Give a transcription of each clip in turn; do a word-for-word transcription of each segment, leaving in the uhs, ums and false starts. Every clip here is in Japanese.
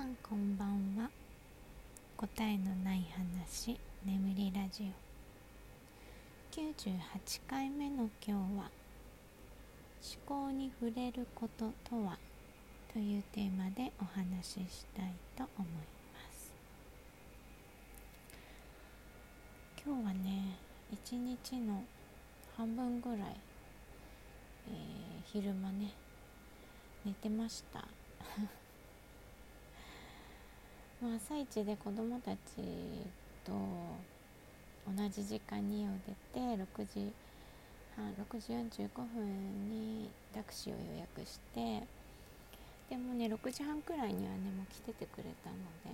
んこんばんは。答えのない話、眠りラジオきゅうじゅうはちかいめの今日は、思考に触れることとはというテーマでお話ししたいと思います。今日はね、一日の半分ぐらい、えー、昼間ね寝てましたまあ、朝一で子どもたちと同じ時間に家を出てろくじはんろくじよんじゅうごふんにタクシーを予約して、でもねろくじはんくらいにはねもう来ててくれたので、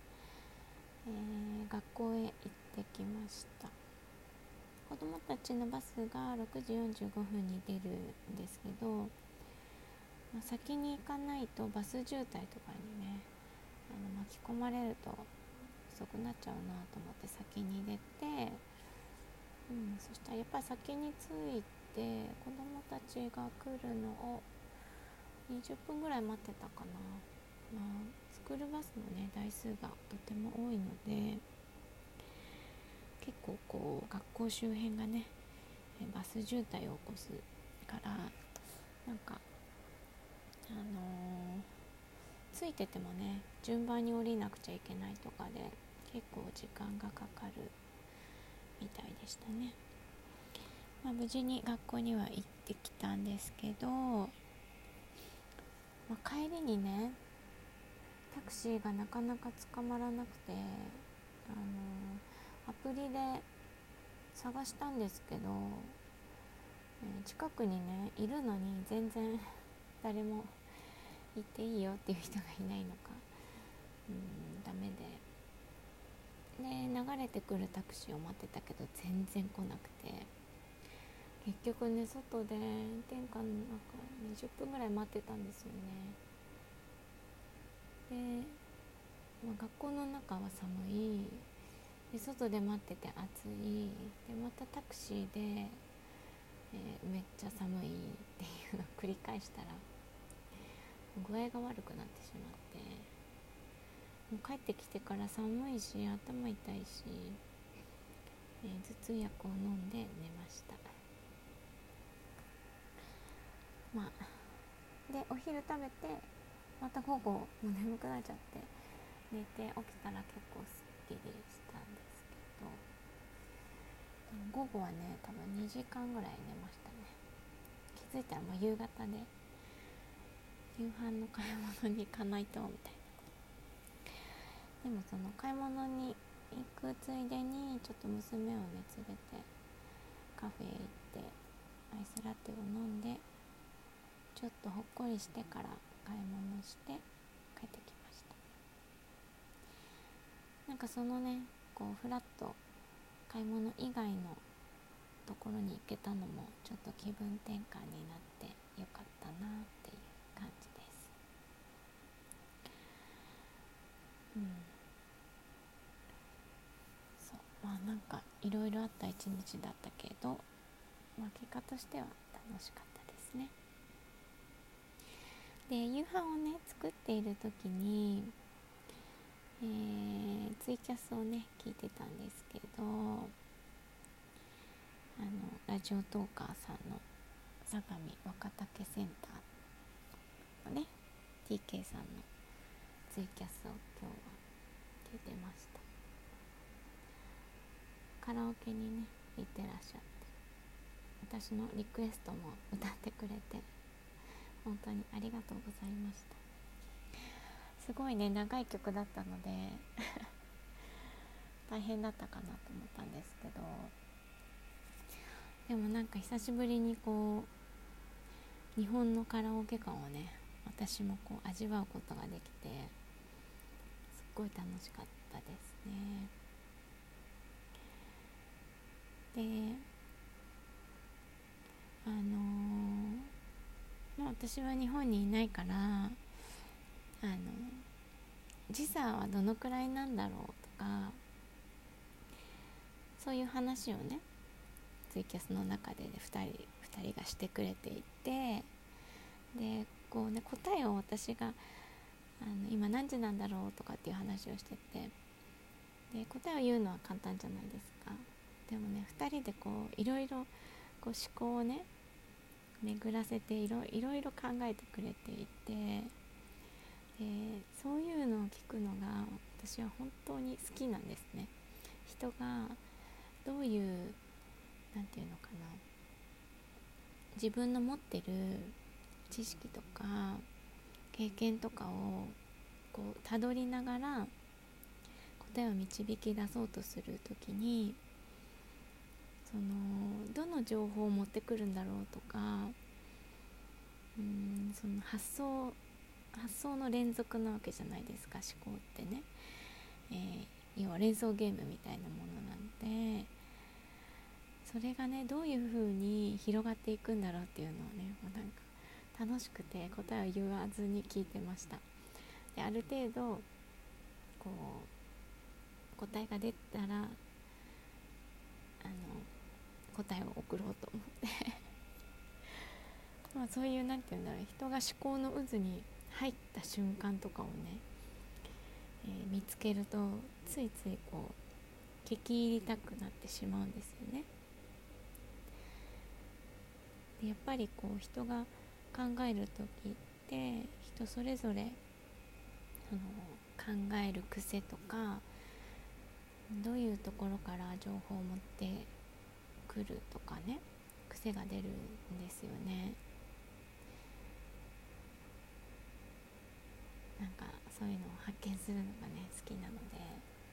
えー、学校へ行ってきました。子どもたちのバスがろくじよんじゅうごふんに出るんですけど、まあ、先に行かないとバス渋滞とかにねあの巻き込まれると遅くなっちゃうなと思って先に出て、うん、そしたらやっぱり先に着いて子どもたちが来るのをにじゅっぷんぐらい待ってたかな。まあ、スクールバスのね台数がとても多いので、結構こう学校周辺がねバス渋滞を起こすから、なんかあのーついててもね順番に降りなくちゃいけないとかで結構時間がかかるみたいでしたね。まあ、無事に学校には行ってきたんですけど、まあ、帰りにねタクシーがなかなか捕まらなくて、あのアプリで探したんですけど、えー近くにねいるのに全然誰も行っていいよっていう人がいないのか、うんダメでで流れてくるタクシーを待ってたけど全然来なくて、結局ね外で炎天下の中にじゅっぷんぐらい待ってたんですよね。で、まあ、学校の中は寒いで、外で待ってて暑いで、またタクシーで、えー、めっちゃ寒いっていうのを繰り返したら具合が悪くなってしまって、もう帰ってきてから寒いし頭痛いし、えー、頭痛薬を飲んで寝ました。まあでお昼食べてまた午後もう眠くなっちゃって寝て起きたら結構すっきりしたんですけど、午後はね多分にじかんぐらい寝ましたね。気づいたらもう夕方で夕飯の買い物に行かないとみたいな。でもその買い物に行くついでにちょっと娘をね連れてカフェへ行ってアイスラテを飲んでちょっとほっこりしてから買い物して帰ってきました。なんかそのねこうフラッと買い物以外のところに行けたのもちょっと気分転換になってよかったなっていう感じです。うんそうまあなんかいろいろあった一日だったけど、まあ、結果としては楽しかったですね。で夕飯をね作っている時に、えー、ツイキャスをね聞いてたんですけど、あのラジオトーカーさんの相模若竹センターのね ティーケー さんのツイキャスを今日は聞いてました。カラオケにね行ってらっしゃって、私のリクエストも歌ってくれて本当にありがとうございました。すごいね長い曲だったので大変だったかなと思ったんですけど、でもなんか久しぶりにこう日本のカラオケ感をね私もこう味わうことができてすっごい楽しかったですね。であのーまあ、私は日本にいないからあの時差はどのくらいなんだろうとかそういう話をねツイキャスの中で、ね、ふたり, ふたりがしてくれていて、でこう、ね、答えを私があの今何時なんだろうとかっていう話をしてて、で答えを言うのは簡単じゃないですか。でもねふたりでこういろいろこう思考をね巡らせていろいろいろ考えてくれていて、でそういうのを聞くのが私は本当に好きなんですね。人がどういうなんていうのかな、自分の持ってる知識とか経験とかをこうたどりながら答えを導き出そうとするときに、そのどの情報を持ってくるんだろうとか、うーんその発想発想の連続なわけじゃないですか、思考ってね、えー、要は連想ゲームみたいなものなので、それがねどういう風に広がっていくんだろうっていうのをね、もうなんか楽しくて答えを言わずに聞いてました。である程度こう答えが出たらあの答えを送ろうと思ってまあそういうなんていうんだろう、人が思考の渦に入った瞬間とかをね、えー、見つけるとついついこう聞き入りたくなってしまうんですよね。でやっぱりこう人が考える時って人それぞれその考える癖とかどういうところから情報を持ってくるとかね、癖が出るんですよね。なんかそういうのを発見するのがね好きなので、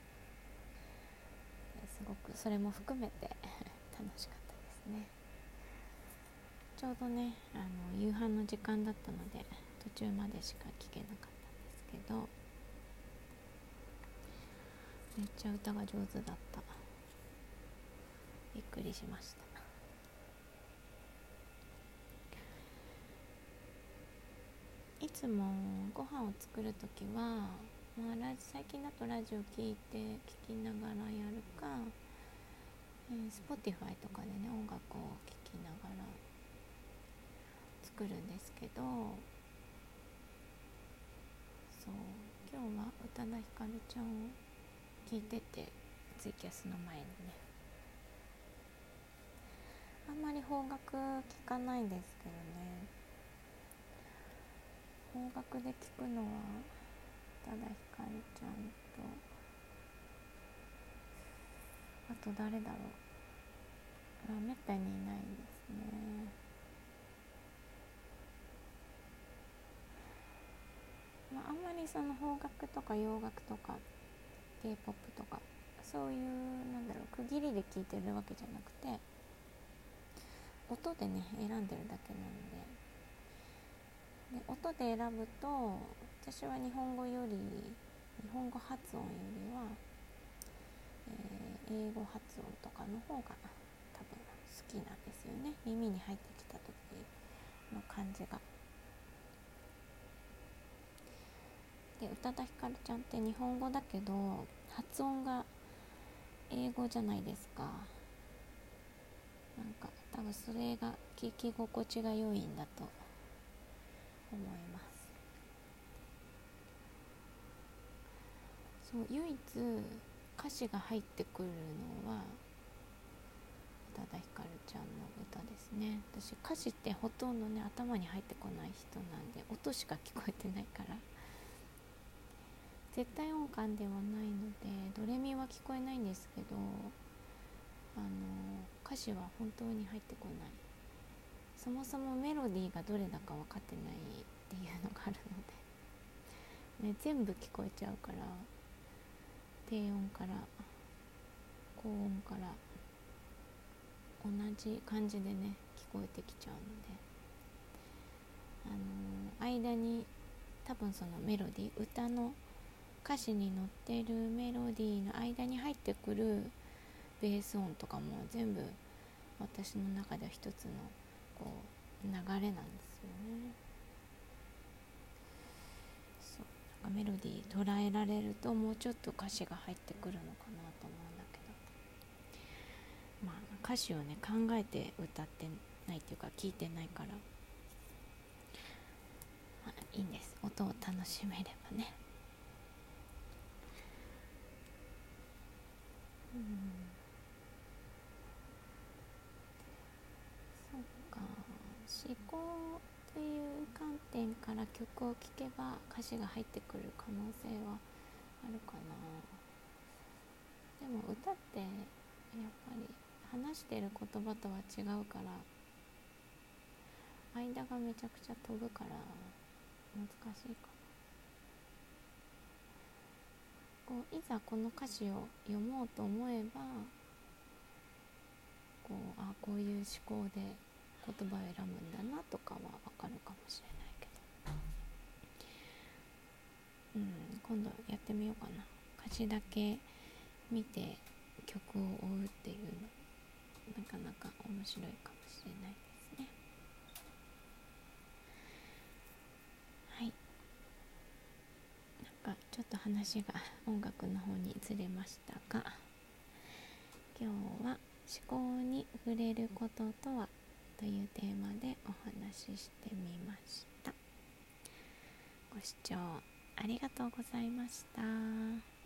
すごくそれも含めて楽しかったですね。ちょうどねあの夕飯の時間だったので途中までしか聞けなかったんですけど、めっちゃ歌が上手だった。びっくりしました。いつもご飯を作るときは、まあ、ラジ最近だとラジオ聞いて聞きながらやるか、えー、Spotify とかでね音楽を聴きながら作るんですけど、そう今日は宇多田ヒカルちゃんを聞いてて、ツイキャスの前にね、あんまり邦楽聞かないんですけどね、邦楽で聞くのは宇多田ヒカルちゃんと、あと誰だろう、あめったにいないですね。まあ、あんまりその邦楽とか洋楽とか K-ポップ とかそういうなんだろう区切りで聴いてるわけじゃなくて、音でね選んでるだけなので、で音で選ぶと私は日本語より日本語発音よりは、えー、英語発音とかの方が多分好きなんですよね。耳に入ってきた時の感じが。で宇多田ヒカルちゃんって日本語だけど発音が英語じゃないですか。なんか多分それが聞き心地が良いんだと思います。そう唯一歌詞が入ってくるのは宇多田ヒカルちゃんの歌ですね。私歌詞ってほとんどね頭に入ってこない人なんで、音しか聞こえてないから絶対音感ではないのでドレミは聞こえないんですけど、あの歌詞は本当に入ってこない。そもそもメロディーがどれだか分かってないっていうのがあるので、ね、全部聞こえちゃうから、低音から高音から同じ感じでね聞こえてきちゃうので、あの間に多分そのメロディー、歌の歌詞に載ってるメロディーの間に入ってくるベース音とかも全部私の中では一つのこう流れなんですよね。そうなんかメロディー捉えられるともうちょっと歌詞が入ってくるのかなと思うんだけど、まあ歌詞をね考えて歌ってないっていうか聞いてないから、まあ、 いいんです。音を楽しめればね。うん、そうか、思考という観点から曲を聴けば歌詞が入ってくる可能性はあるかな。でも歌ってやっぱり話してる言葉とは違うから、間がめちゃくちゃ飛ぶから難しいかな。こういざこの歌詞を読もうと思えば、こうあこういう思考で言葉を選ぶんだなとかは分かるかもしれないけど、うん、今度やってみようかな。歌詞だけ見て曲を追うっていうの、なかなか面白いかもしれないですね。はい、なんかちょっと話が音楽の方にずれましたが、今日は思考に触れることとはというテーマでお話ししてみました。ご視聴ありがとうございました。